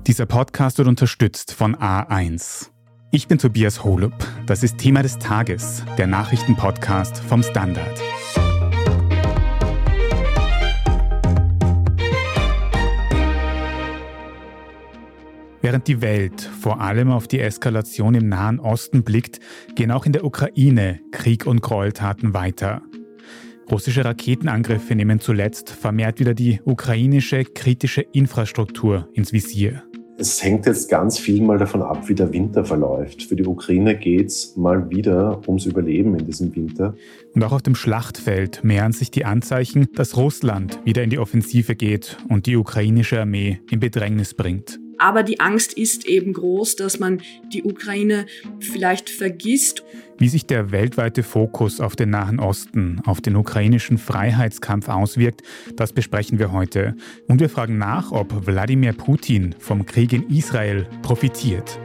Dieser Podcast wird unterstützt von A1. Ich bin Tobias Holub. Das ist Thema des Tages, der Nachrichtenpodcast vom Standard. Während die Welt vor allem auf die Eskalation im Nahen Osten blickt, gehen auch in der Ukraine Krieg und Gräueltaten weiter. Russische Raketenangriffe nehmen zuletzt vermehrt wieder die ukrainische kritische Infrastruktur ins Visier. Es hängt jetzt ganz viel mal davon ab, wie der Winter verläuft. Für die Ukraine geht es mal wieder ums Überleben in diesem Winter. Und auch auf dem Schlachtfeld mehren sich die Anzeichen, dass Russland wieder in die Offensive geht und die ukrainische Armee in Bedrängnis bringt. Aber die Angst ist eben groß, dass man die Ukraine vielleicht vergisst. Wie sich der weltweite Fokus auf den Nahen Osten, auf den ukrainischen Freiheitskampf auswirkt, das besprechen wir heute. Und wir fragen nach, ob Wladimir Putin vom Krieg in Israel profitiert.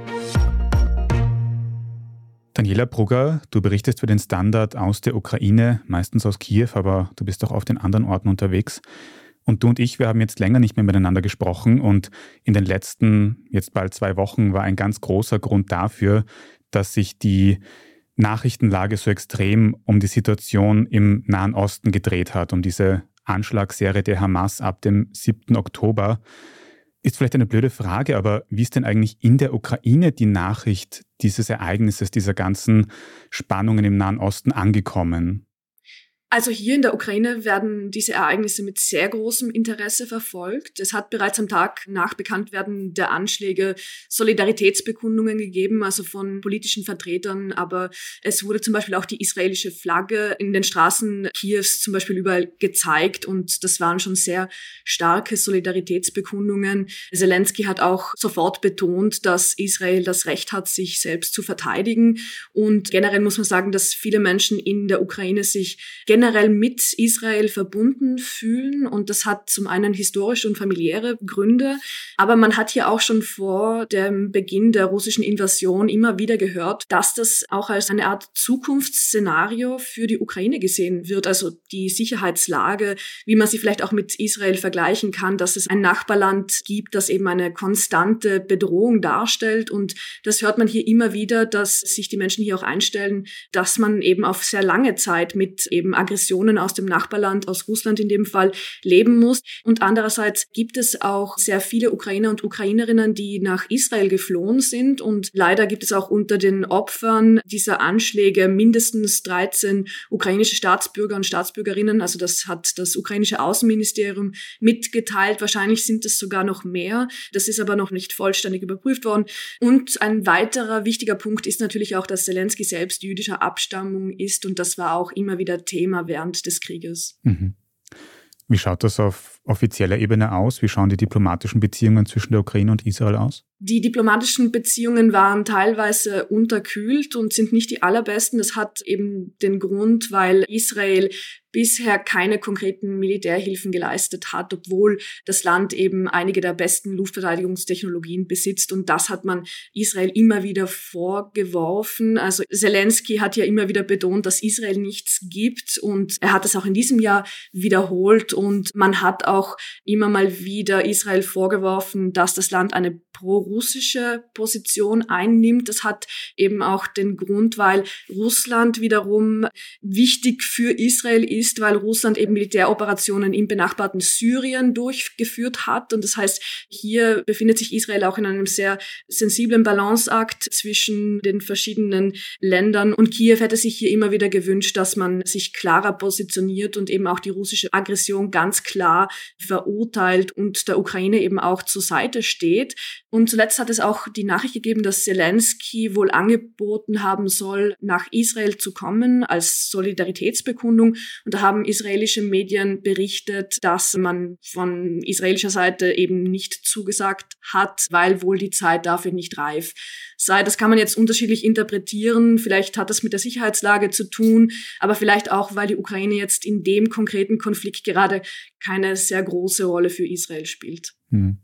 Daniela Brugger, du berichtest für den Standard aus der Ukraine, meistens aus Kiew, aber du bist auch auf den anderen Orten unterwegs. Und du und ich, wir haben jetzt länger nicht mehr miteinander gesprochen und in den letzten, jetzt bald 2 Wochen, war ein ganz großer Grund dafür, dass sich die Nachrichtenlage so extrem um die Situation im Nahen Osten gedreht hat, um diese Anschlagsserie der Hamas ab dem 7. Oktober. Ist vielleicht eine blöde Frage, aber wie ist denn eigentlich in der Ukraine die Nachricht dieses Ereignisses, dieser ganzen Spannungen im Nahen Osten angekommen? Also hier in der Ukraine werden diese Ereignisse mit sehr großem Interesse verfolgt. Es hat bereits am Tag nach Bekanntwerden der Anschläge Solidaritätsbekundungen gegeben, also von politischen Vertretern. Aber es wurde zum Beispiel auch die israelische Flagge in den Straßen Kiews zum Beispiel überall gezeigt. Und das waren schon sehr starke Solidaritätsbekundungen. Zelensky hat auch sofort betont, dass Israel das Recht hat, sich selbst zu verteidigen. Und generell muss man sagen, dass viele Menschen in der Ukraine sich generell mit Israel verbunden fühlen und das hat zum einen historische und familiäre Gründe, aber man hat hier auch schon vor dem Beginn der russischen Invasion immer wieder gehört, dass das auch als eine Art Zukunftsszenario für die Ukraine gesehen wird, also die Sicherheitslage, wie man sie vielleicht auch mit Israel vergleichen kann, dass es ein Nachbarland gibt, das eben eine konstante Bedrohung darstellt und das hört man hier immer wieder, dass sich die Menschen hier auch einstellen, dass man eben auf sehr lange Zeit mit eben Aggressionen aus dem Nachbarland, aus Russland in dem Fall, leben muss. Und andererseits gibt es auch sehr viele Ukrainer und Ukrainerinnen, die nach Israel geflohen sind. Und leider gibt es auch unter den Opfern dieser Anschläge mindestens 13 ukrainische Staatsbürger und Staatsbürgerinnen. Also das hat das ukrainische Außenministerium mitgeteilt. Wahrscheinlich sind es sogar noch mehr. Das ist aber noch nicht vollständig überprüft worden. Und ein weiterer wichtiger Punkt ist natürlich auch, dass Zelensky selbst jüdischer Abstammung ist. Und das war auch immer wieder Thema während des Krieges. Mhm. Wie schaut das auf offizieller Ebene aus? Wie schauen die diplomatischen Beziehungen zwischen der Ukraine und Israel aus? Die diplomatischen Beziehungen waren teilweise unterkühlt und sind nicht die allerbesten. Das hat eben den Grund, weil Israel bisher keine konkreten Militärhilfen geleistet hat, obwohl das Land eben einige der besten Luftverteidigungstechnologien besitzt. Und das hat man Israel immer wieder vorgeworfen. Also Zelensky hat ja immer wieder betont, dass Israel nichts gibt. Und er hat es auch in diesem Jahr wiederholt. Und man hat auch immer mal wieder Israel vorgeworfen, dass das Land eine pro-russische Position einnimmt. Das hat eben auch den Grund, weil Russland wiederum wichtig für Israel ist, weil Russland eben Militäroperationen im benachbarten Syrien durchgeführt hat. Und das heißt, hier befindet sich Israel auch in einem sehr sensiblen Balanceakt zwischen den verschiedenen Ländern. Und Kiew hätte sich hier immer wieder gewünscht, dass man sich klarer positioniert und eben auch die russische Aggression ganz klar verurteilt und der Ukraine eben auch zur Seite steht. Und zuletzt hat es auch die Nachricht gegeben, dass Zelensky wohl angeboten haben soll, nach Israel zu kommen als Solidaritätsbekundung. Und da haben israelische Medien berichtet, dass man von israelischer Seite eben nicht zugesagt hat, weil wohl die Zeit dafür nicht reif sei. Das kann man jetzt unterschiedlich interpretieren. Vielleicht hat das mit der Sicherheitslage zu tun, aber vielleicht auch, weil die Ukraine jetzt in dem konkreten Konflikt gerade keine sehr große Rolle für Israel spielt.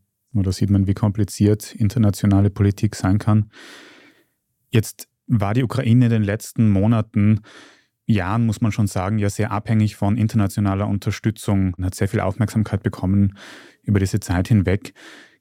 Da sieht man, wie kompliziert internationale Politik sein kann. Jetzt war die Ukraine in den letzten Monaten, Jahren, muss man schon sagen, ja sehr abhängig von internationaler Unterstützung und hat sehr viel Aufmerksamkeit bekommen über diese Zeit hinweg.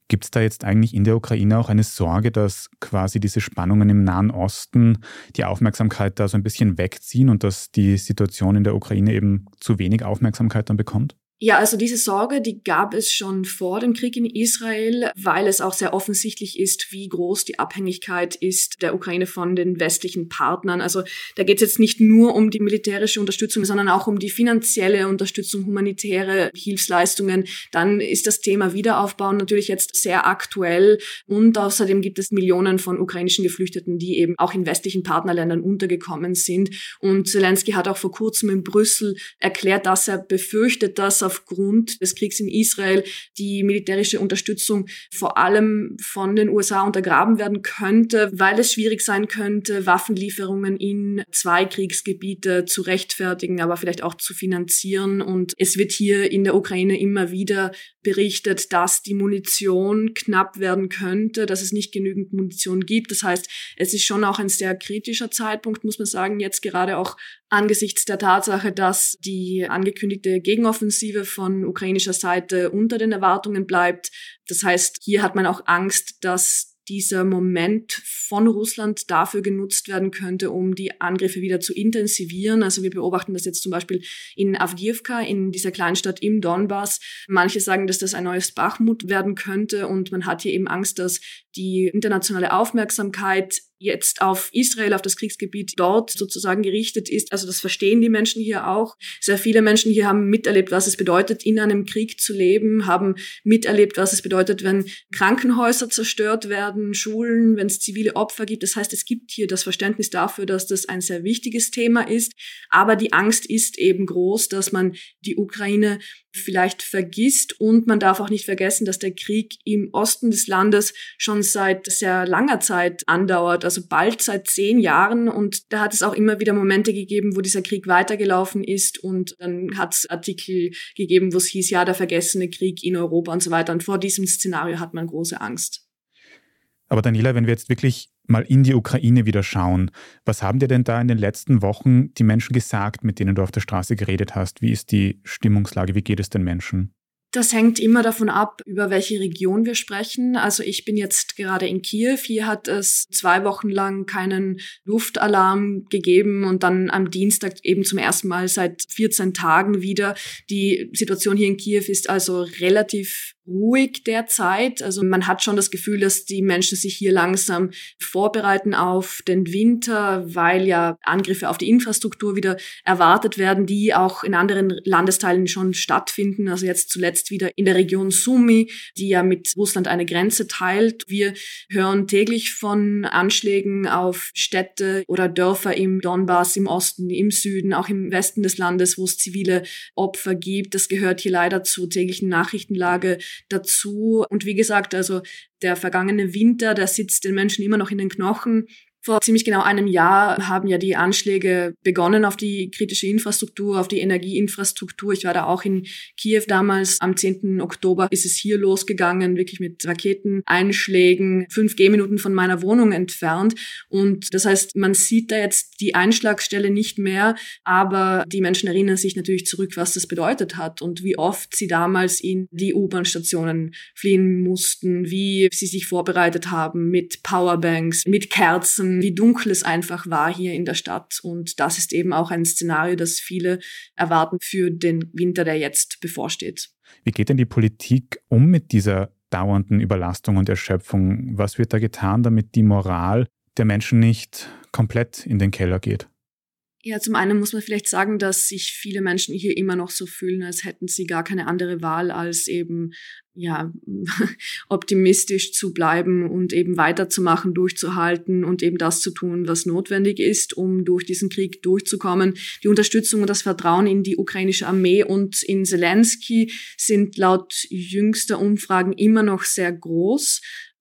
Gibt es da jetzt eigentlich in der Ukraine auch eine Sorge, dass quasi diese Spannungen im Nahen Osten die Aufmerksamkeit da so ein bisschen wegziehen und dass die Situation in der Ukraine eben zu wenig Aufmerksamkeit dann bekommt? Ja, also diese Sorge, die gab es schon vor dem Krieg in Israel, weil es auch sehr offensichtlich ist, wie groß die Abhängigkeit ist der Ukraine von den westlichen Partnern. Also da geht es jetzt nicht nur um die militärische Unterstützung, sondern auch um die finanzielle Unterstützung, humanitäre Hilfsleistungen. Dann ist das Thema Wiederaufbau natürlich jetzt sehr aktuell und außerdem gibt es Millionen von ukrainischen Geflüchteten, die eben auch in westlichen Partnerländern untergekommen sind. Und Zelensky hat auch vor kurzem in Brüssel erklärt, dass er befürchtet, dass aufgrund des Kriegs in Israel die militärische Unterstützung vor allem von den USA untergraben werden könnte, weil es schwierig sein könnte, Waffenlieferungen in 2 Kriegsgebiete zu rechtfertigen, aber vielleicht auch zu finanzieren. Und es wird hier in der Ukraine immer wieder berichtet, dass die Munition knapp werden könnte, dass es nicht genügend Munition gibt. Das heißt, es ist schon auch ein sehr kritischer Zeitpunkt, muss man sagen, jetzt gerade auch angesichts der Tatsache, dass die angekündigte Gegenoffensive von ukrainischer Seite unter den Erwartungen bleibt. Das heißt, hier hat man auch Angst, dass dieser Moment von Russland dafür genutzt werden könnte, um die Angriffe wieder zu intensivieren. Also wir beobachten das jetzt zum Beispiel in Awdijiwka, in dieser Kleinstadt im Donbass. Manche sagen, dass das ein neues Bachmut werden könnte und man hat hier eben Angst, dass die internationale Aufmerksamkeit jetzt auf Israel, auf das Kriegsgebiet dort sozusagen gerichtet ist. Also das verstehen die Menschen hier auch. Sehr viele Menschen hier haben miterlebt, was es bedeutet, in einem Krieg zu leben, haben miterlebt, was es bedeutet, wenn Krankenhäuser zerstört werden, Schulen, wenn es zivile Opfer gibt. Das heißt, es gibt hier das Verständnis dafür, dass das ein sehr wichtiges Thema ist. Aber die Angst ist eben groß, dass man die Ukraine vielleicht vergisst und man darf auch nicht vergessen, dass der Krieg im Osten des Landes schon seit sehr langer Zeit andauert, also bald seit 10 Jahren und da hat es auch immer wieder Momente gegeben, wo dieser Krieg weitergelaufen ist und dann hat es Artikel gegeben, wo es hieß, ja, der vergessene Krieg in Europa und so weiter und vor diesem Szenario hat man große Angst. Aber Daniela, wenn wir jetzt wirklich mal in die Ukraine wieder schauen, was haben dir denn da in den letzten Wochen die Menschen gesagt, mit denen du auf der Straße geredet hast? Wie ist die Stimmungslage? Wie geht es den Menschen? Das hängt immer davon ab, über welche Region wir sprechen. Also ich bin jetzt gerade in Kiew. Hier hat es 2 Wochen lang keinen Luftalarm gegeben und dann am Dienstag eben zum ersten Mal seit 14 Tagen wieder. Die Situation hier in Kiew ist also relativ ruhig derzeit. Also man hat schon das Gefühl, dass die Menschen sich hier langsam vorbereiten auf den Winter, weil ja Angriffe auf die Infrastruktur wieder erwartet werden, die auch in anderen Landesteilen schon stattfinden. Also jetzt zuletzt wieder in der Region Sumy, die ja mit Russland eine Grenze teilt. Wir hören täglich von Anschlägen auf Städte oder Dörfer im Donbass, im Osten, im Süden, auch im Westen des Landes, wo es zivile Opfer gibt. Das gehört hier leider zur täglichen Nachrichtenlage dazu. Und wie gesagt, also der vergangene Winter, der sitzt den Menschen immer noch in den Knochen. Vor ziemlich genau einem Jahr haben ja die Anschläge begonnen auf die kritische Infrastruktur, auf die Energieinfrastruktur. Ich war da auch in Kiew damals. Am 10. Oktober ist es hier losgegangen, wirklich mit Raketeneinschlägen, 5 Gehminuten von meiner Wohnung entfernt. Und das heißt, man sieht da jetzt die Einschlagstelle nicht mehr, aber die Menschen erinnern sich natürlich zurück, was das bedeutet hat und wie oft sie damals in die U-Bahn-Stationen fliehen mussten, wie sie sich vorbereitet haben mit Powerbanks, mit Kerzen, wie dunkel es einfach war hier in der Stadt. Und das ist eben auch ein Szenario, das viele erwarten für den Winter, der jetzt bevorsteht. Wie geht denn die Politik um mit dieser dauernden Überlastung und Erschöpfung? Was wird da getan, damit die Moral der Menschen nicht komplett in den Keller geht? Ja, zum einen muss man vielleicht sagen, dass sich viele Menschen hier immer noch so fühlen, als hätten sie gar keine andere Wahl, als eben ja optimistisch zu bleiben und eben weiterzumachen, durchzuhalten und eben das zu tun, was notwendig ist, um durch diesen Krieg durchzukommen. Die Unterstützung und das Vertrauen in die ukrainische Armee und in Zelensky sind laut jüngster Umfragen immer noch sehr groß.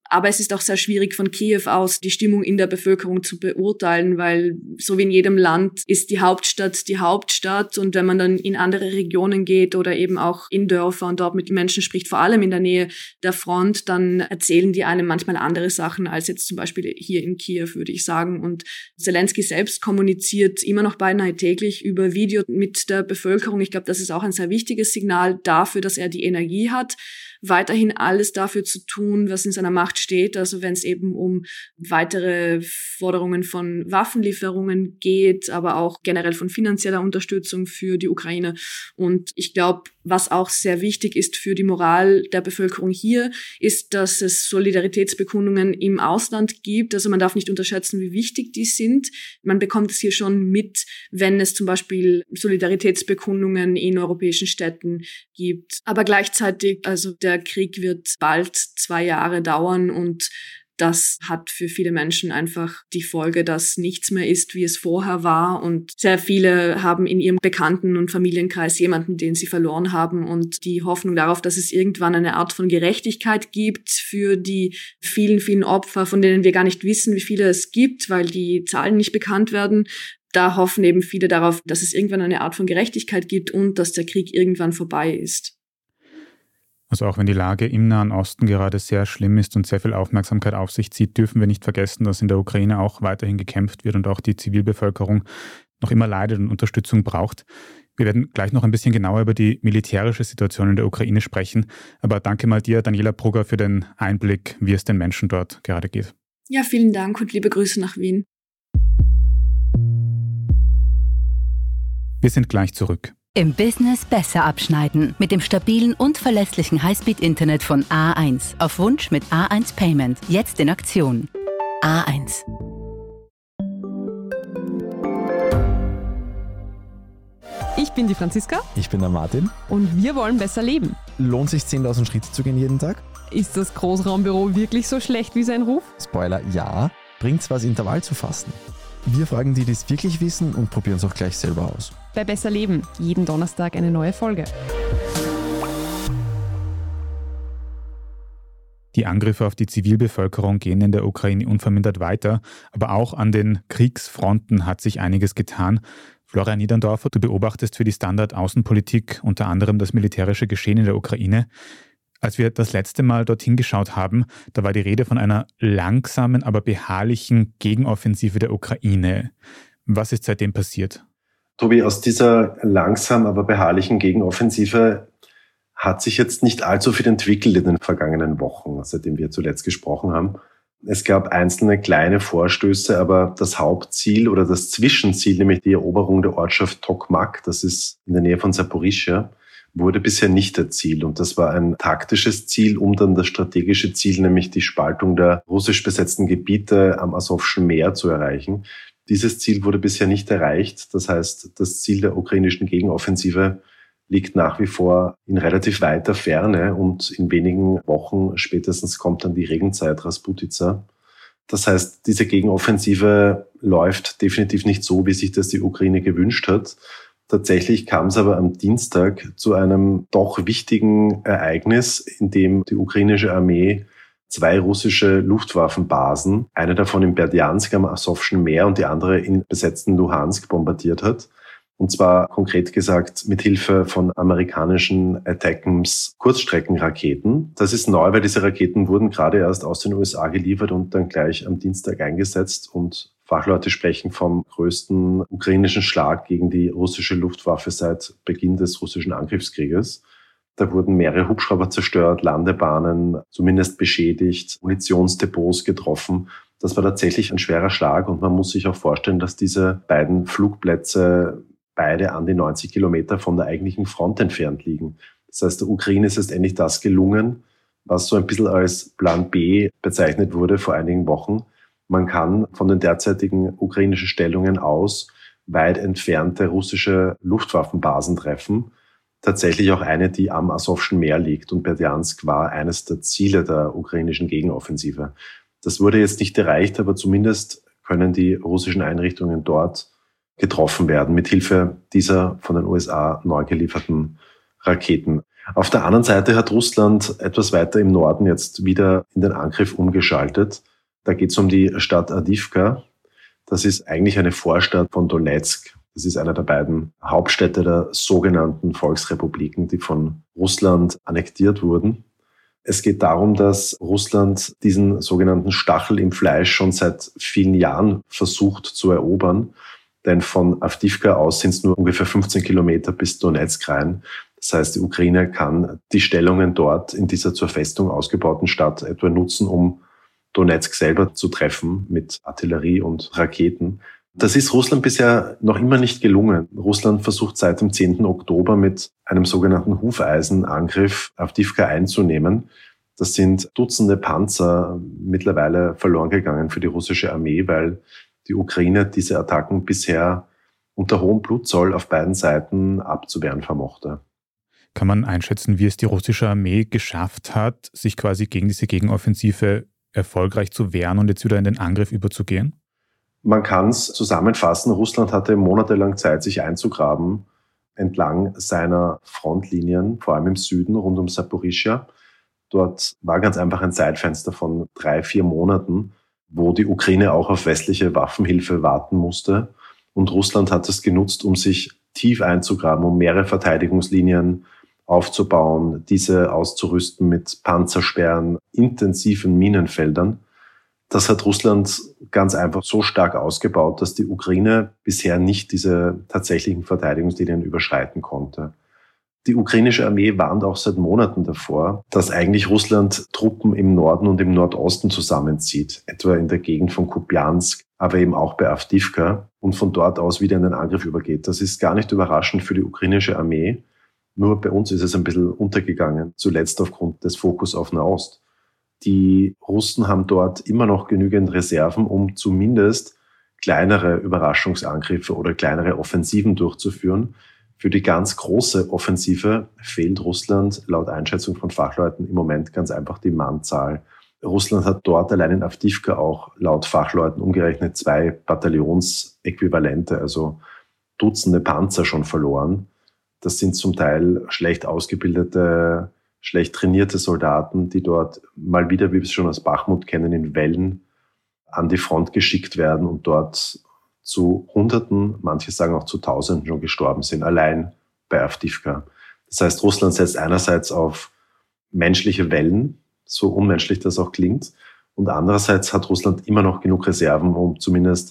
Aber es ist auch sehr schwierig von Kiew aus die Stimmung in der Bevölkerung zu beurteilen, weil so wie in jedem Land ist die Hauptstadt die Hauptstadt. Und wenn man dann in andere Regionen geht oder eben auch in Dörfer und dort mit den Menschen spricht, vor allem in der Nähe der Front, dann erzählen die einem manchmal andere Sachen als jetzt zum Beispiel hier in Kiew, würde ich sagen. Und Zelensky selbst kommuniziert immer noch beinahe täglich über Video mit der Bevölkerung. Ich glaube, das ist auch ein sehr wichtiges Signal dafür, dass er die Energie hat, weiterhin alles dafür zu tun, was in seiner Macht steht. Also wenn es eben um weitere Forderungen von Waffenlieferungen geht, aber auch generell von finanzieller Unterstützung für die Ukraine. Und ich glaube, was auch sehr wichtig ist für die Moral der Bevölkerung hier, ist, dass es Solidaritätsbekundungen im Ausland gibt. Also man darf nicht unterschätzen, wie wichtig die sind. Man bekommt es hier schon mit, wenn es zum Beispiel Solidaritätsbekundungen in europäischen Städten gibt. Aber gleichzeitig, also der Krieg wird bald 2 Jahre dauern und das hat für viele Menschen einfach die Folge, dass nichts mehr ist, wie es vorher war. Und sehr viele haben in ihrem Bekannten- und Familienkreis jemanden, den sie verloren haben. Und die Hoffnung darauf, dass es irgendwann eine Art von Gerechtigkeit gibt für die vielen, vielen Opfer, von denen wir gar nicht wissen, wie viele es gibt, weil die Zahlen nicht bekannt werden. Da hoffen eben viele darauf, dass es irgendwann eine Art von Gerechtigkeit gibt und dass der Krieg irgendwann vorbei ist. Also auch wenn die Lage im Nahen Osten gerade sehr schlimm ist und sehr viel Aufmerksamkeit auf sich zieht, dürfen wir nicht vergessen, dass in der Ukraine auch weiterhin gekämpft wird und auch die Zivilbevölkerung noch immer leidet und Unterstützung braucht. Wir werden gleich noch ein bisschen genauer über die militärische Situation in der Ukraine sprechen. Aber danke mal dir, Daniela Brugger, für den Einblick, wie es den Menschen dort gerade geht. Ja, vielen Dank und liebe Grüße nach Wien. Wir sind gleich zurück. Im Business besser abschneiden. Mit dem stabilen und verlässlichen Highspeed-Internet von A1. Auf Wunsch mit A1 Payment. Jetzt in Aktion. A1. Ich bin die Franziska. Ich bin der Martin. Und wir wollen besser leben. Lohnt sich 10.000 Schritte zu gehen jeden Tag? Ist das Großraumbüro wirklich so schlecht wie sein Ruf? Spoiler, ja. Bringt's was, Intervall zu fasten? Wir fragen die, die es wirklich wissen und probieren es auch gleich selber aus. Bei Besser Leben, jeden Donnerstag eine neue Folge. Die Angriffe auf die Zivilbevölkerung gehen in der Ukraine unvermindert weiter, aber auch an den Kriegsfronten hat sich einiges getan. Florian Niederndorfer, du beobachtest für die Standard Außenpolitik unter anderem das militärische Geschehen in der Ukraine. Als wir das letzte Mal dorthin geschaut haben, da war die Rede von einer langsamen, aber beharrlichen Gegenoffensive der Ukraine. Was ist seitdem passiert? Tobi, aus dieser langsam, aber beharrlichen Gegenoffensive hat sich jetzt nicht allzu viel entwickelt in den vergangenen Wochen, seitdem wir zuletzt gesprochen haben. Es gab einzelne kleine Vorstöße, aber das Hauptziel oder das Zwischenziel, nämlich die Eroberung der Ortschaft Tokmak, das ist in der Nähe von Saporischschja, wurde bisher nicht erzielt. Und das war ein taktisches Ziel, um dann das strategische Ziel, nämlich die Spaltung der russisch besetzten Gebiete am Asowschen Meer zu erreichen. Dieses Ziel wurde bisher nicht erreicht. Das heißt, das Ziel der ukrainischen Gegenoffensive liegt nach wie vor in relativ weiter Ferne und in wenigen Wochen spätestens kommt dann die Regenzeit Rasputica. Das heißt, diese Gegenoffensive läuft definitiv nicht so, wie sich das die Ukraine gewünscht hat. Tatsächlich kam es aber am Dienstag zu einem doch wichtigen Ereignis, in dem die ukrainische Armee 2 russische Luftwaffenbasen, eine davon in Berdjansk am Asowschen Meer und die andere in besetzten Luhansk bombardiert hat. Und zwar konkret gesagt mit Hilfe von amerikanischen ATACMS Kurzstreckenraketen. Das ist neu, weil diese Raketen wurden gerade erst aus den USA geliefert und dann gleich am Dienstag eingesetzt. Und Fachleute sprechen vom größten ukrainischen Schlag gegen die russische Luftwaffe seit Beginn des russischen Angriffskrieges. Da wurden mehrere Hubschrauber zerstört, Landebahnen zumindest beschädigt, Munitionsdepots getroffen. Das war tatsächlich ein schwerer Schlag und man muss sich auch vorstellen, dass diese beiden Flugplätze beide an die 90 Kilometer von der eigentlichen Front entfernt liegen. Das heißt, der Ukraine ist jetzt endlich das gelungen, was so ein bisschen als Plan B bezeichnet wurde vor einigen Wochen. Man kann von den derzeitigen ukrainischen Stellungen aus weit entfernte russische Luftwaffenbasen treffen. Tatsächlich auch eine, die am Asowschen Meer liegt. Und Berdjansk war eines der Ziele der ukrainischen Gegenoffensive. Das wurde jetzt nicht erreicht, aber zumindest können die russischen Einrichtungen dort getroffen werden, mithilfe dieser von den USA neu gelieferten Raketen. Auf der anderen Seite hat Russland etwas weiter im Norden jetzt wieder in den Angriff umgeschaltet. Da geht es um die Stadt Awdijiwka. Das ist eigentlich eine Vorstadt von Donezk. Das ist einer der beiden Hauptstädte der sogenannten Volksrepubliken, die von Russland annektiert wurden. Es geht darum, dass Russland diesen sogenannten Stachel im Fleisch schon seit vielen Jahren versucht zu erobern. Denn von Awdijiwka aus sind es nur ungefähr 15 Kilometer bis Donezk rein. Das heißt, die Ukraine kann die Stellungen dort in dieser zur Festung ausgebauten Stadt etwa nutzen, um Donezk selber zu treffen mit Artillerie und Raketen. Das ist Russland bisher noch immer nicht gelungen. Russland versucht seit dem 10. Oktober mit einem sogenannten Hufeisenangriff Awdijiwka einzunehmen. Das sind Dutzende Panzer mittlerweile verloren gegangen für die russische Armee, weil die Ukraine diese Attacken bisher unter hohem Blutzoll auf beiden Seiten abzuwehren vermochte. Kann man einschätzen, wie es die russische Armee geschafft hat, sich quasi gegen diese Gegenoffensive erfolgreich zu wehren und jetzt wieder in den Angriff überzugehen? Man kann es zusammenfassen, Russland hatte monatelang Zeit, sich einzugraben entlang seiner Frontlinien, vor allem im Süden rund um Saporischschja. Dort war ganz einfach ein Zeitfenster von 3-4 Monaten, wo die Ukraine auch auf westliche Waffenhilfe warten musste. Und Russland hat es genutzt, um sich tief einzugraben, um mehrere Verteidigungslinien aufzubauen, diese auszurüsten mit Panzersperren, intensiven Minenfeldern. Das hat Russland ganz einfach so stark ausgebaut, dass die Ukraine bisher nicht diese tatsächlichen Verteidigungslinien überschreiten konnte. Die ukrainische Armee warnt auch seit Monaten davor, dass eigentlich Russland Truppen im Norden und im Nordosten zusammenzieht, etwa in der Gegend von Kupiansk, aber eben auch bei Awdijiwka und von dort aus wieder in den Angriff übergeht. Das ist gar nicht überraschend für die ukrainische Armee. Nur bei uns ist es ein bisschen untergegangen, zuletzt aufgrund des Fokus auf Nahost. Die Russen haben dort immer noch genügend Reserven, um zumindest kleinere Überraschungsangriffe oder kleinere Offensiven durchzuführen. Für die ganz große Offensive fehlt Russland laut Einschätzung von Fachleuten im Moment ganz einfach die Mannzahl. Russland hat dort allein in Awdijiwka auch laut Fachleuten umgerechnet 2 Bataillonsäquivalente, also Dutzende Panzer schon verloren. Das sind zum Teil schlecht ausgebildete, schlecht trainierte Soldaten, die dort mal wieder, wie wir es schon aus Bachmut kennen, in Wellen an die Front geschickt werden und dort zu Hunderten, manche sagen auch zu Tausenden schon gestorben sind, allein bei Awdijiwka. Das heißt, Russland setzt einerseits auf menschliche Wellen, so unmenschlich das auch klingt, und andererseits hat Russland immer noch genug Reserven, um zumindest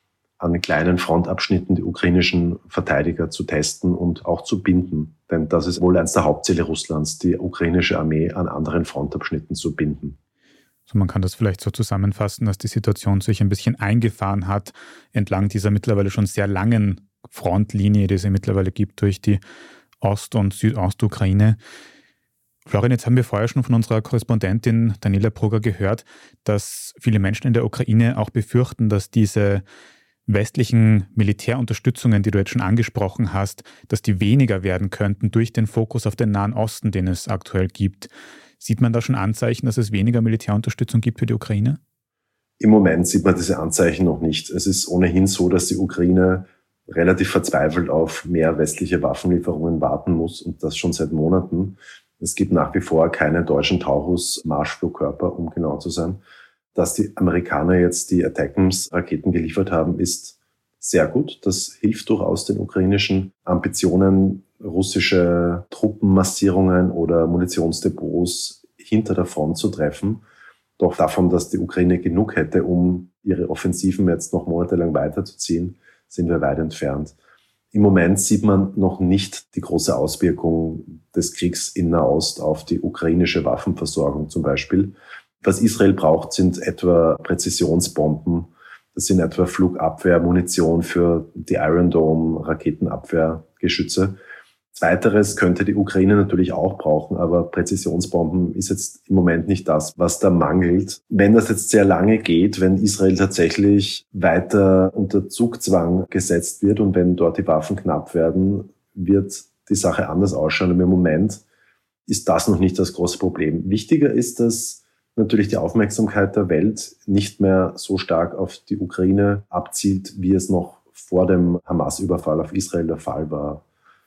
an kleinen Frontabschnitten die ukrainischen Verteidiger zu testen und auch zu binden. Denn das ist wohl eines der Hauptziele Russlands, die ukrainische Armee an anderen Frontabschnitten zu binden. So, man kann das vielleicht so zusammenfassen, dass die Situation sich ein bisschen eingefahren hat entlang dieser mittlerweile schon sehr langen Frontlinie, die es ja mittlerweile gibt durch die Ost- und Südostukraine. Florian, jetzt haben wir vorher schon von unserer Korrespondentin Daniela Brugger gehört, dass viele Menschen in der Ukraine auch befürchten, dass diese westlichen Militärunterstützungen, die du jetzt schon angesprochen hast, dass die weniger werden könnten durch den Fokus auf den Nahen Osten, den es aktuell gibt. Sieht man da schon Anzeichen, dass es weniger Militärunterstützung gibt für die Ukraine? Im Moment sieht man diese Anzeichen noch nicht. Es ist ohnehin so, dass die Ukraine relativ verzweifelt auf mehr westliche Waffenlieferungen warten muss und das schon seit Monaten. Es gibt nach wie vor keine deutschen Taurus-Marschflugkörper, um genau zu sein. Dass die Amerikaner jetzt die ATACMS-Raketen geliefert haben, ist sehr gut. Das hilft durchaus den ukrainischen Ambitionen, russische Truppenmassierungen oder Munitionsdepots hinter der Front zu treffen. Doch davon, dass die Ukraine genug hätte, um ihre Offensiven jetzt noch monatelang weiterzuziehen, sind wir weit entfernt. Im Moment sieht man noch nicht die große Auswirkung des Kriegs in Nahost auf die ukrainische Waffenversorgung zum Beispiel. Was Israel braucht, sind etwa Präzisionsbomben. Das sind etwa Flugabwehrmunition für die Iron Dome, Raketenabwehrgeschütze. Zweiteres könnte die Ukraine natürlich auch brauchen, aber Präzisionsbomben ist jetzt im Moment nicht das, was da mangelt. Wenn das jetzt sehr lange geht, wenn Israel tatsächlich weiter unter Zugzwang gesetzt wird und wenn dort die Waffen knapp werden, wird die Sache anders ausschauen. Aber im Moment ist das noch nicht das große Problem. Wichtiger ist, dass natürlich die Aufmerksamkeit der Welt nicht mehr so stark auf die Ukraine abzielt, wie es noch vor dem Hamas-Überfall auf Israel der Fall war.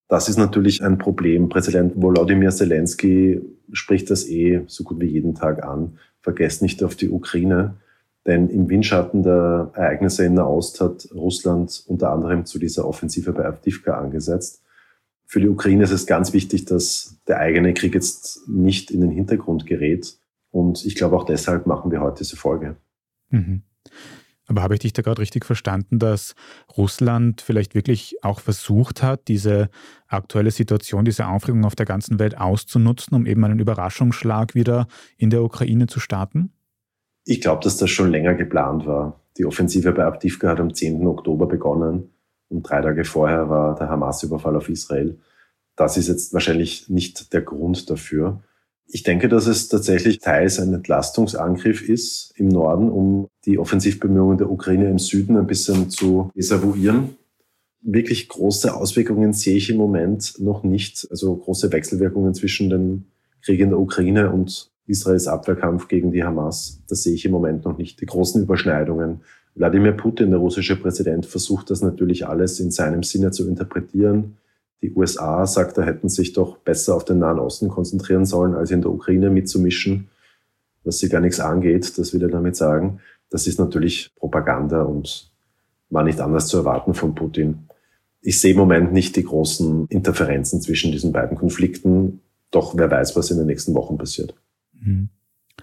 Das ist natürlich ein Problem. Präsident Volodymyr Zelensky spricht das so gut wie jeden Tag an. Vergesst nicht auf die Ukraine. Denn im Windschatten der Ereignisse in Nahost hat Russland unter anderem zu dieser Offensive bei Awdijiwka angesetzt. Für die Ukraine ist es ganz wichtig, dass der eigene Krieg jetzt nicht in den Hintergrund gerät. Und ich glaube, auch deshalb machen wir heute diese Folge. Mhm. Aber habe ich dich da gerade richtig verstanden, dass Russland vielleicht wirklich auch versucht hat, diese aktuelle Situation, diese Aufregung auf der ganzen Welt auszunutzen, um eben einen Überraschungsschlag wieder in der Ukraine zu starten? Ich glaube, dass das schon länger geplant war. Die Offensive bei Awdijiwka hat am 10. Oktober begonnen und 3 Tage vorher war der Hamas-Überfall auf Israel. Das ist jetzt wahrscheinlich nicht der Grund dafür. Ich denke, dass es tatsächlich teils ein Entlastungsangriff ist im Norden, um die Offensivbemühungen der Ukraine im Süden ein bisschen zu desavouieren. Wirklich große Auswirkungen sehe ich im Moment noch nicht. Also große Wechselwirkungen zwischen dem Krieg in der Ukraine und Israels Abwehrkampf gegen die Hamas. Das sehe ich im Moment noch nicht. Die großen Überschneidungen. Wladimir Putin, der russische Präsident, versucht das natürlich alles in seinem Sinne zu interpretieren. Die USA sagt, da hätten sich doch besser auf den Nahen Osten konzentrieren sollen, als in der Ukraine mitzumischen, was sie gar nichts angeht, das will er damit sagen. Das ist natürlich Propaganda und war nicht anders zu erwarten von Putin. Ich sehe im Moment nicht die großen Interferenzen zwischen diesen beiden Konflikten, doch wer weiß, was in den nächsten Wochen passiert. Mhm.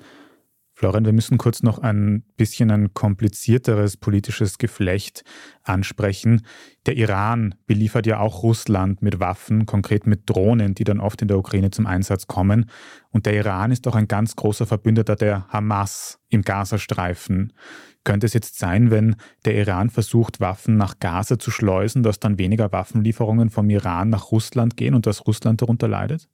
Florian, wir müssen kurz noch ein bisschen ein komplizierteres politisches Geflecht ansprechen. Der Iran beliefert ja auch Russland mit Waffen, konkret mit Drohnen, die dann oft in der Ukraine zum Einsatz kommen. Und der Iran ist auch ein ganz großer Verbündeter der Hamas im Gazastreifen. Könnte es jetzt sein, wenn der Iran versucht, Waffen nach Gaza zu schleusen, dass dann weniger Waffenlieferungen vom Iran nach Russland gehen und dass Russland darunter leidet?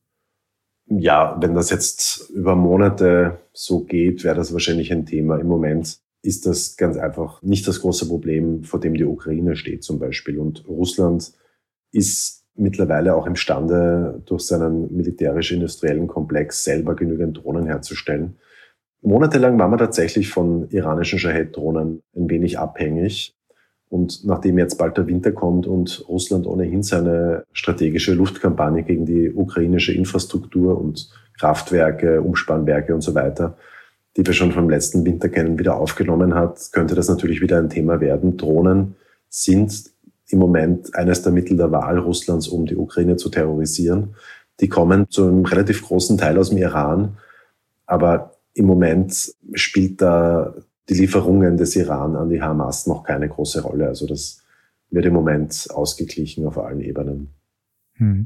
Ja, wenn das jetzt über Monate so geht, wäre das wahrscheinlich ein Thema. Im Moment ist das ganz einfach nicht das große Problem, vor dem die Ukraine steht zum Beispiel. Und Russland ist mittlerweile auch imstande, durch seinen militärisch-industriellen Komplex selber genügend Drohnen herzustellen. Monatelang waren wir tatsächlich von iranischen Shahed-Drohnen ein wenig abhängig. Und nachdem jetzt bald der Winter kommt und Russland ohnehin seine strategische Luftkampagne gegen die ukrainische Infrastruktur und Kraftwerke, Umspannwerke und so weiter, die wir schon vom letzten Winter kennen, wieder aufgenommen hat, könnte das natürlich wieder ein Thema werden. Drohnen sind im Moment eines der Mittel der Wahl Russlands, um die Ukraine zu terrorisieren. Die kommen zu einem relativ großen Teil aus dem Iran, aber im Moment spielt da die Lieferungen des Iran an die Hamas noch keine große Rolle. Also das wird im Moment ausgeglichen auf allen Ebenen. Wenn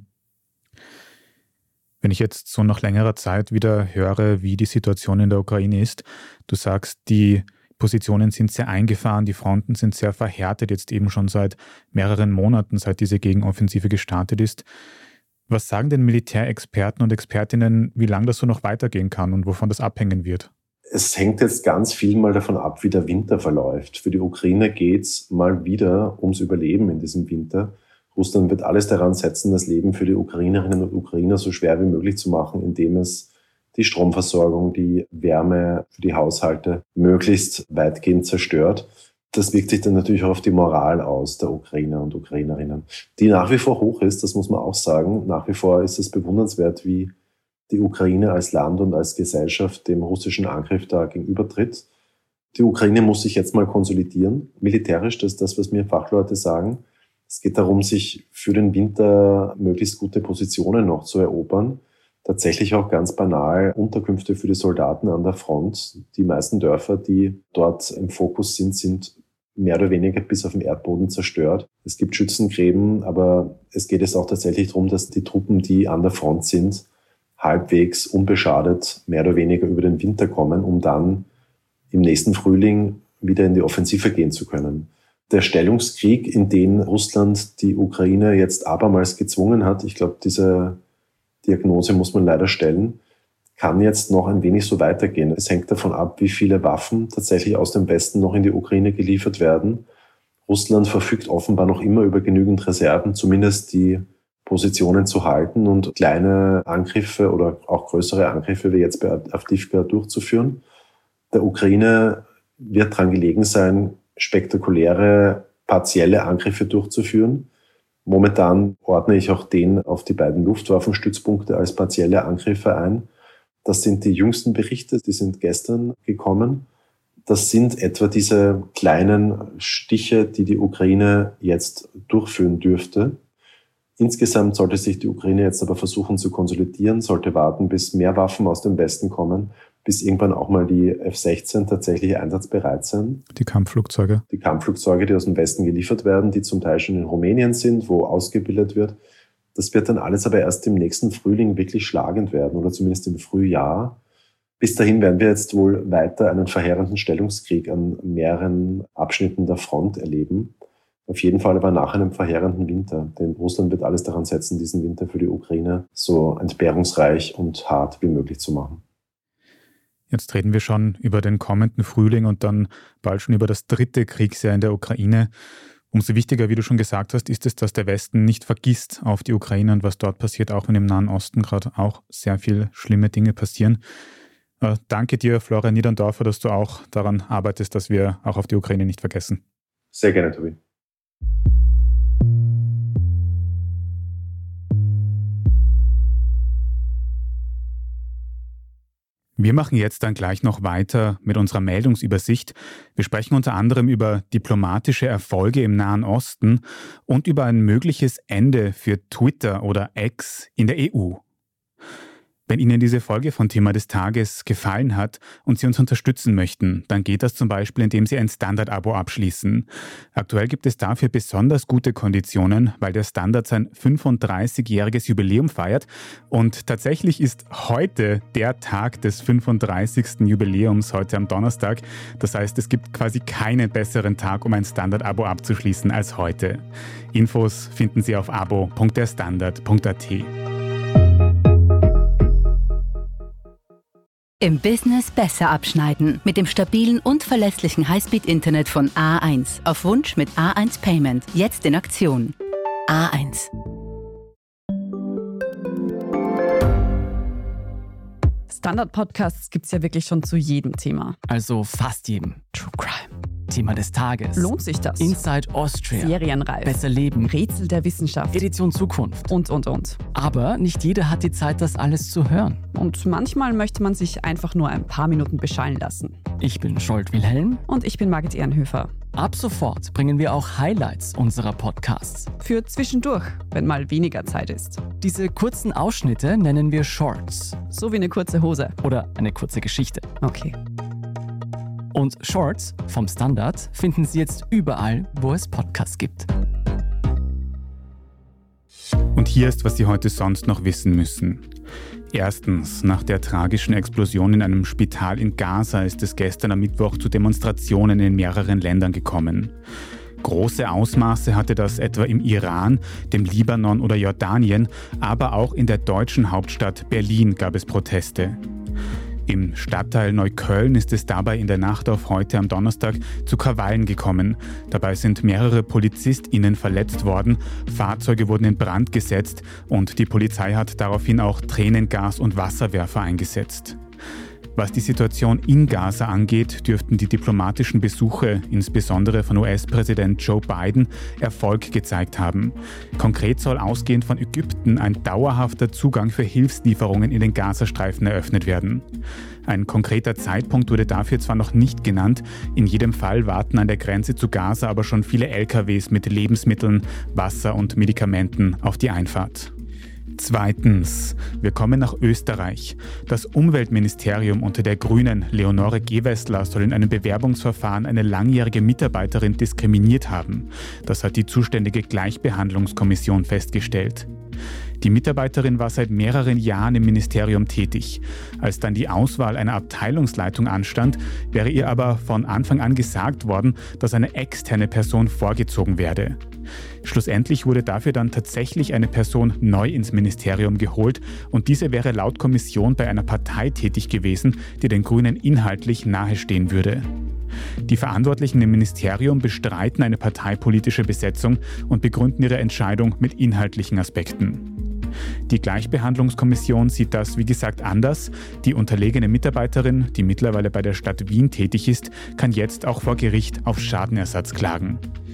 ich jetzt so nach längerer Zeit wieder höre, wie die Situation in der Ukraine ist, du sagst, die Positionen sind sehr eingefahren, die Fronten sind sehr verhärtet, jetzt eben schon seit mehreren Monaten, seit diese Gegenoffensive gestartet ist. Was sagen denn Militärexperten und Expertinnen, wie lange das so noch weitergehen kann und wovon das abhängen wird? Es hängt jetzt ganz viel mal davon ab, wie der Winter verläuft. Für die Ukraine geht es mal wieder ums Überleben in diesem Winter. Russland wird alles daran setzen, das Leben für die Ukrainerinnen und Ukrainer so schwer wie möglich zu machen, indem es die Stromversorgung, die Wärme für die Haushalte möglichst weitgehend zerstört. Das wirkt sich dann natürlich auch auf die Moral aus der Ukrainer und Ukrainerinnen, die nach wie vor hoch ist, das muss man auch sagen. Nach wie vor ist es bewundernswert, wie die Ukraine als Land und als Gesellschaft dem russischen Angriff da gegenübertritt. Die Ukraine muss sich jetzt mal konsolidieren. Militärisch, das ist das, was mir Fachleute sagen. Es geht darum, sich für den Winter möglichst gute Positionen noch zu erobern. Tatsächlich auch ganz banal Unterkünfte für die Soldaten an der Front. Die meisten Dörfer, die dort im Fokus sind mehr oder weniger bis auf den Erdboden zerstört. Es gibt Schützengräben, aber es geht jetzt auch tatsächlich darum, dass die Truppen, die an der Front sind, halbwegs unbeschadet mehr oder weniger über den Winter kommen, um dann im nächsten Frühling wieder in die Offensive gehen zu können. Der Stellungskrieg, in den Russland die Ukraine jetzt abermals gezwungen hat, ich glaube, diese Diagnose muss man leider stellen, kann jetzt noch ein wenig so weitergehen. Es hängt davon ab, wie viele Waffen tatsächlich aus dem Westen noch in die Ukraine geliefert werden. Russland verfügt offenbar noch immer über genügend Reserven, zumindest die Positionen zu halten und kleine Angriffe oder auch größere Angriffe wie jetzt bei Awdijiwka durchzuführen. Der Ukraine wird daran gelegen sein, spektakuläre partielle Angriffe durchzuführen. Momentan ordne ich auch den auf die beiden Luftwaffenstützpunkte als partielle Angriffe ein. Das sind die jüngsten Berichte, die sind gestern gekommen. Das sind etwa diese kleinen Stiche, die die Ukraine jetzt durchführen dürfte. Insgesamt sollte sich die Ukraine jetzt aber versuchen zu konsolidieren, sollte warten, bis mehr Waffen aus dem Westen kommen, bis irgendwann auch mal die F-16 tatsächlich einsatzbereit sind. Die Kampfflugzeuge. Die Kampfflugzeuge, die aus dem Westen geliefert werden, die zum Teil schon in Rumänien sind, wo ausgebildet wird. Das wird dann alles aber erst im nächsten Frühling wirklich schlagend werden oder zumindest im Frühjahr. Bis dahin werden wir jetzt wohl weiter einen verheerenden Stellungskrieg an mehreren Abschnitten der Front erleben. Auf jeden Fall aber nach einem verheerenden Winter. Denn Russland wird alles daran setzen, diesen Winter für die Ukraine so entbehrungsreich und hart wie möglich zu machen. Jetzt reden wir schon über den kommenden Frühling und dann bald schon über das 3. Kriegsjahr in der Ukraine. Umso wichtiger, wie du schon gesagt hast, ist es, dass der Westen nicht vergisst auf die Ukraine und was dort passiert, auch wenn im Nahen Osten gerade auch sehr viele schlimme Dinge passieren. Danke dir, Florian Niederndorfer, dass du auch daran arbeitest, dass wir auch auf die Ukraine nicht vergessen. Sehr gerne, Tobi. Wir machen jetzt dann gleich noch weiter mit unserer Meldungsübersicht. Wir sprechen unter anderem über diplomatische Erfolge im Nahen Osten und über ein mögliches Ende für Twitter oder X in der EU. Wenn Ihnen diese Folge von Thema des Tages gefallen hat und Sie uns unterstützen möchten, dann geht das zum Beispiel, indem Sie ein Standard-Abo abschließen. Aktuell gibt es dafür besonders gute Konditionen, weil der Standard sein 35-jähriges Jubiläum feiert. Und tatsächlich ist heute der Tag des 35. Jubiläums, heute am Donnerstag. Das heißt, es gibt quasi keinen besseren Tag, um ein Standard-Abo abzuschließen als heute. Infos finden Sie auf abo.derstandard.at. Im Business besser abschneiden. Mit dem stabilen und verlässlichen Highspeed-Internet von A1. Auf Wunsch mit A1 Payment. Jetzt in Aktion. A1. Standard-Podcasts gibt es ja wirklich schon zu jedem Thema. Also fast jedem. True Crime. Thema des Tages. Lohnt sich das? Inside Austria. Serienreif. Besser leben. Rätsel der Wissenschaft. Edition Zukunft. Und. Aber nicht jeder hat die Zeit, das alles zu hören. Und manchmal möchte man sich einfach nur ein paar Minuten beschallen lassen. Ich bin Scholt Wilhelm. Und ich bin Margit Ehrenhöfer. Ab sofort bringen wir auch Highlights unserer Podcasts. Für zwischendurch, wenn mal weniger Zeit ist. Diese kurzen Ausschnitte nennen wir Shorts. So wie eine kurze Hose. Oder eine kurze Geschichte. Okay. Und Shorts vom Standard finden Sie jetzt überall, wo es Podcasts gibt. Und hier ist, was Sie heute sonst noch wissen müssen. Erstens, nach der tragischen Explosion in einem Spital in Gaza ist es gestern am Mittwoch zu Demonstrationen in mehreren Ländern gekommen. Große Ausmaße hatte das etwa im Iran, dem Libanon oder Jordanien, aber auch in der deutschen Hauptstadt Berlin gab es Proteste. Im Stadtteil Neukölln ist es dabei in der Nacht auf heute am Donnerstag zu Krawallen gekommen. Dabei sind mehrere PolizistInnen verletzt worden, Fahrzeuge wurden in Brand gesetzt und die Polizei hat daraufhin auch Tränengas und Wasserwerfer eingesetzt. Was die Situation in Gaza angeht, dürften die diplomatischen Besuche, insbesondere von US-Präsident Joe Biden, Erfolg gezeigt haben. Konkret soll ausgehend von Ägypten ein dauerhafter Zugang für Hilfslieferungen in den Gazastreifen eröffnet werden. Ein konkreter Zeitpunkt wurde dafür zwar noch nicht genannt, in jedem Fall warten an der Grenze zu Gaza aber schon viele LKWs mit Lebensmitteln, Wasser und Medikamenten auf die Einfahrt. Zweitens, wir kommen nach Österreich. Das Umweltministerium unter der Grünen Leonore Gewessler soll in einem Bewerbungsverfahren eine langjährige Mitarbeiterin diskriminiert haben. Das hat die zuständige Gleichbehandlungskommission festgestellt. Die Mitarbeiterin war seit mehreren Jahren im Ministerium tätig. Als dann die Auswahl einer Abteilungsleitung anstand, wäre ihr aber von Anfang an gesagt worden, dass eine externe Person vorgezogen werde. Schlussendlich wurde dafür dann tatsächlich eine Person neu ins Ministerium geholt und diese wäre laut Kommission bei einer Partei tätig gewesen, die den Grünen inhaltlich nahestehen würde. Die Verantwortlichen im Ministerium bestreiten eine parteipolitische Besetzung und begründen ihre Entscheidung mit inhaltlichen Aspekten. Die Gleichbehandlungskommission sieht das, wie gesagt, anders. Die unterlegene Mitarbeiterin, die mittlerweile bei der Stadt Wien tätig ist, kann jetzt auch vor Gericht auf Schadenersatz klagen.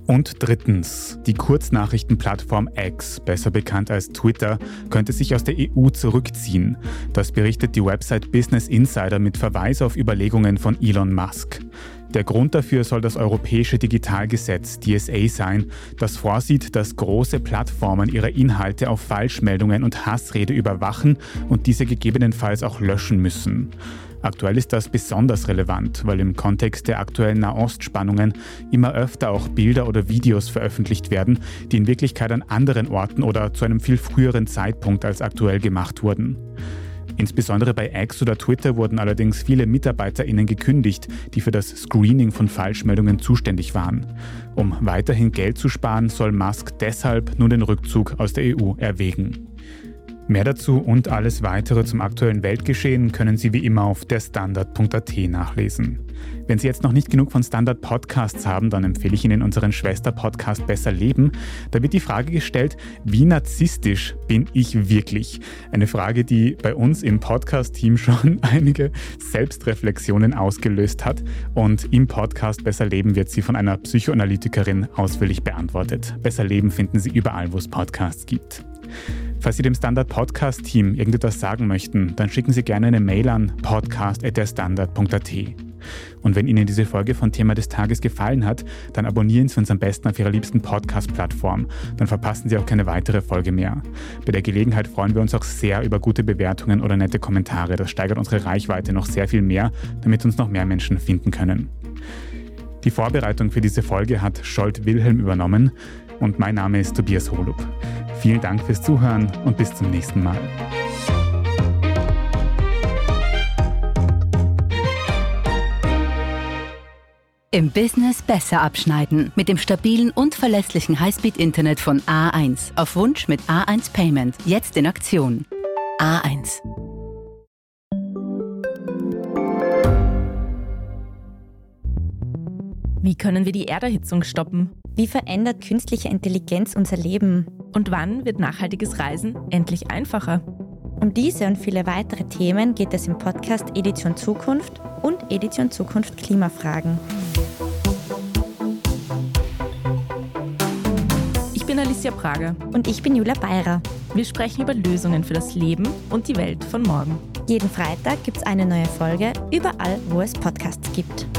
Und drittens, die Kurznachrichtenplattform X, besser bekannt als Twitter, könnte sich aus der EU zurückziehen. Das berichtet die Website Business Insider mit Verweis auf Überlegungen von Elon Musk. Der Grund dafür soll das europäische Digitalgesetz DSA sein, das vorsieht, dass große Plattformen ihre Inhalte auf Falschmeldungen und Hassrede überwachen und diese gegebenenfalls auch löschen müssen. Aktuell ist das besonders relevant, weil im Kontext der aktuellen Nahostspannungen immer öfter auch Bilder oder Videos veröffentlicht werden, die in Wirklichkeit an anderen Orten oder zu einem viel früheren Zeitpunkt als aktuell gemacht wurden. Insbesondere bei X oder Twitter wurden allerdings viele MitarbeiterInnen gekündigt, die für das Screening von Falschmeldungen zuständig waren. Um weiterhin Geld zu sparen, soll Musk deshalb nun den Rückzug aus der EU erwägen. Mehr dazu und alles weitere zum aktuellen Weltgeschehen können Sie wie immer auf derstandard.at nachlesen. Wenn Sie jetzt noch nicht genug von Standard Podcasts haben, dann empfehle ich Ihnen unseren Schwester-Podcast Besser Leben. Da wird die Frage gestellt, wie narzisstisch bin ich wirklich? Eine Frage, die bei uns im Podcast-Team schon einige Selbstreflexionen ausgelöst hat. Und im Podcast Besser Leben wird sie von einer Psychoanalytikerin ausführlich beantwortet. Besser Leben finden Sie überall, wo es Podcasts gibt. Falls Sie dem Standard-Podcast-Team irgendetwas sagen möchten, dann schicken Sie gerne eine Mail an podcast@derstandard.at. Und wenn Ihnen diese Folge von Thema des Tages gefallen hat, dann abonnieren Sie uns am besten auf Ihrer liebsten Podcast-Plattform. Dann verpassen Sie auch keine weitere Folge mehr. Bei der Gelegenheit freuen wir uns auch sehr über gute Bewertungen oder nette Kommentare. Das steigert unsere Reichweite noch sehr viel mehr, damit uns noch mehr Menschen finden können. Die Vorbereitung für diese Folge hat Scholt Wilhelm übernommen und mein Name ist Tobias Holub. Vielen Dank fürs Zuhören und bis zum nächsten Mal. Im Business besser abschneiden mit dem stabilen und verlässlichen Highspeed-Internet von A1. Auf Wunsch mit A1 Payment. Jetzt in Aktion. A1. Wie können wir die Erderhitzung stoppen? Wie verändert künstliche Intelligenz unser Leben? Und wann wird nachhaltiges Reisen endlich einfacher? Um diese und viele weitere Themen geht es im Podcast Edition Zukunft und Edition Zukunft Klimafragen. Ich bin Alicia Prager. Und ich bin Julia Beirer. Wir sprechen über Lösungen für das Leben und die Welt von morgen. Jeden Freitag gibt es eine neue Folge, überall, wo es Podcasts gibt.